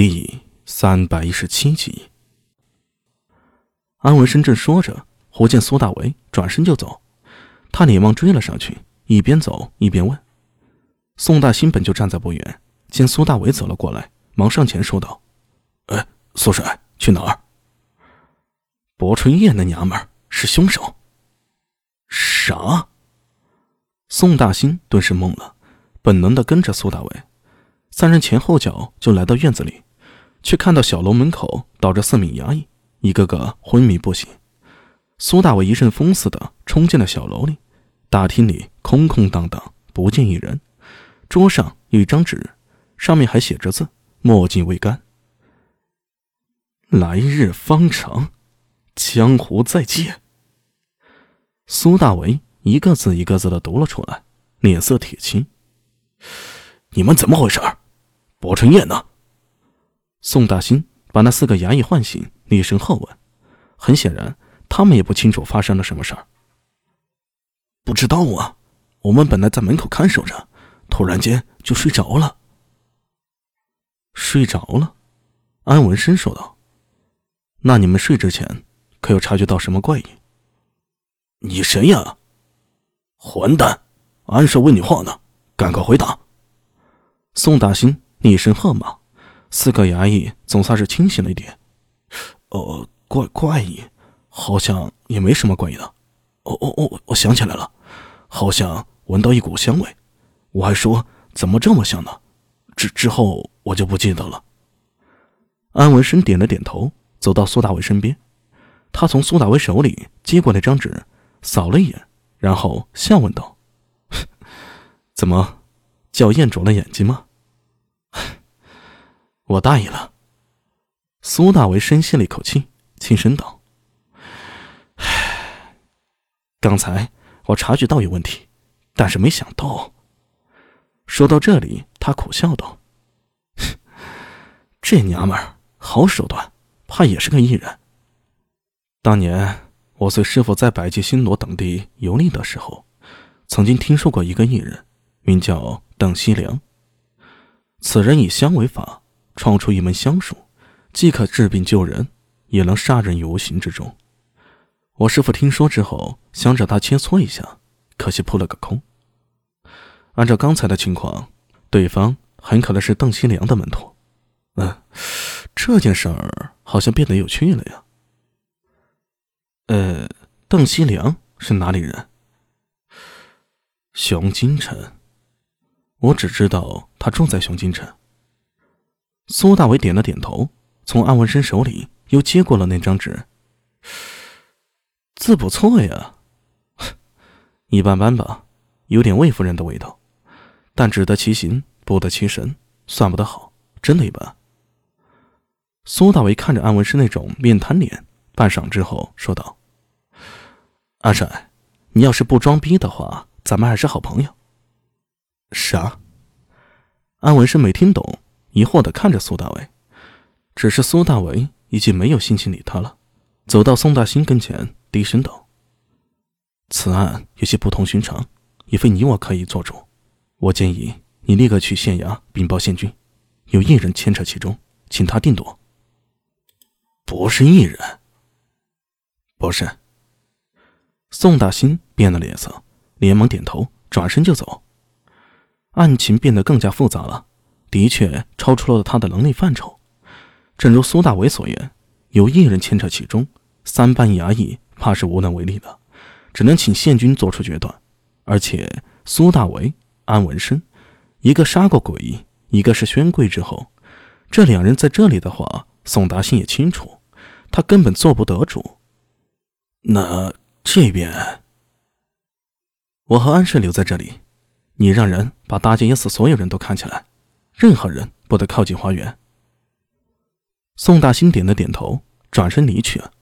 第317集。安文生正说着，忽见苏大为转身就走，他连忙追了上去，一边走一边问。宋大兴本就站在不远，见苏大为走了过来，忙上前说道：“苏帅，去哪儿？”薄春燕那娘们儿是凶手。啥？宋大兴顿时懵了，本能地跟着苏大为。三人前后脚就来到院子里，却看到小楼门口倒着4名衙役，一个个昏迷不醒。苏大为一阵风似的冲进了小楼里，大厅里空空荡荡，不见一人。桌上有一张纸，上面还写着字，墨迹未干。来日方长，江湖再见。苏大为一个字一个字地读了出来，脸色铁青。你们怎么回事？薄春燕呢？宋大兴把那4个衙役唤醒，厉声喝问。很显然，他们也不清楚发生了什么事儿。不知道啊，我们本来在门口看守着，突然间就睡着了。睡着了？安文生说道。那你们睡之前，可有察觉到什么怪异？你谁呀？混蛋，安寿问你话呢，赶快回答。宋大兴厉声喝骂，4个衙役总算是清醒了一点。怪异，好像也没什么怪异的。我想起来了，好像闻到一股香味，我还说怎么这么香呢？之后我就不记得了。安文生点了点头，走到苏大伟身边，他从苏大伟手里接过那张纸，扫了一眼，然后笑问道：“怎么，叫燕啄了眼睛吗？”我大意了。苏大为深吸了一口气，轻声道：“刚才我察觉到有问题，但是没想到。”说到这里，他苦笑道：“这娘们儿好手段，怕也是个艺人。当年我随师傅在百济新罗等地游历的时候，曾经听说过一个艺人，名叫邓西良。此人以香为法，创出一门香术，既可治病救人，也能杀人于无形之中。我师父听说之后，想找他切磋一下，可惜扑了个空。按照刚才的情况，对方很可能是邓西良的门徒。这件事儿好像变得有趣了呀。邓西良是哪里人？熊京城。我只知道他住在熊京城。苏大伟点了点头，从安文生手里又接过了那张纸。字不错呀。一般般吧，有点魏夫人的味道，但只得其形不得其神，算不得好，真的一般。苏大伟看着安文生那种面瘫脸，半晌之后说道：“阿帅，你要是不装逼的话，咱们还是好朋友。”啥？安文生没听懂，疑惑地看着苏大伟。只是苏大伟已经没有心情理他了，走到宋大兴跟前，低声道：“此案有些不同寻常，也非你我可以做主。我建议你立刻去县衙禀报县君，有一人牵扯其中，请他定夺。”不是一人？不是。宋大兴变了脸色，连忙点头，转身就走。案情变得更加复杂了，的确超出了他的能力范畴。正如苏大伟所言，有一人牵扯其中，3班衙役怕是无能为力的，只能请县君做出决断。而且苏大伟、安文生，一个杀过鬼医，一个是宣贵之后，这2人在这里的话，宋达兴也清楚，他根本做不得主。那这边，我和安氏留在这里，你让人把大街野死所有人都看起来，任何人不得靠近花园。宋大兴点了点头，转身离去了。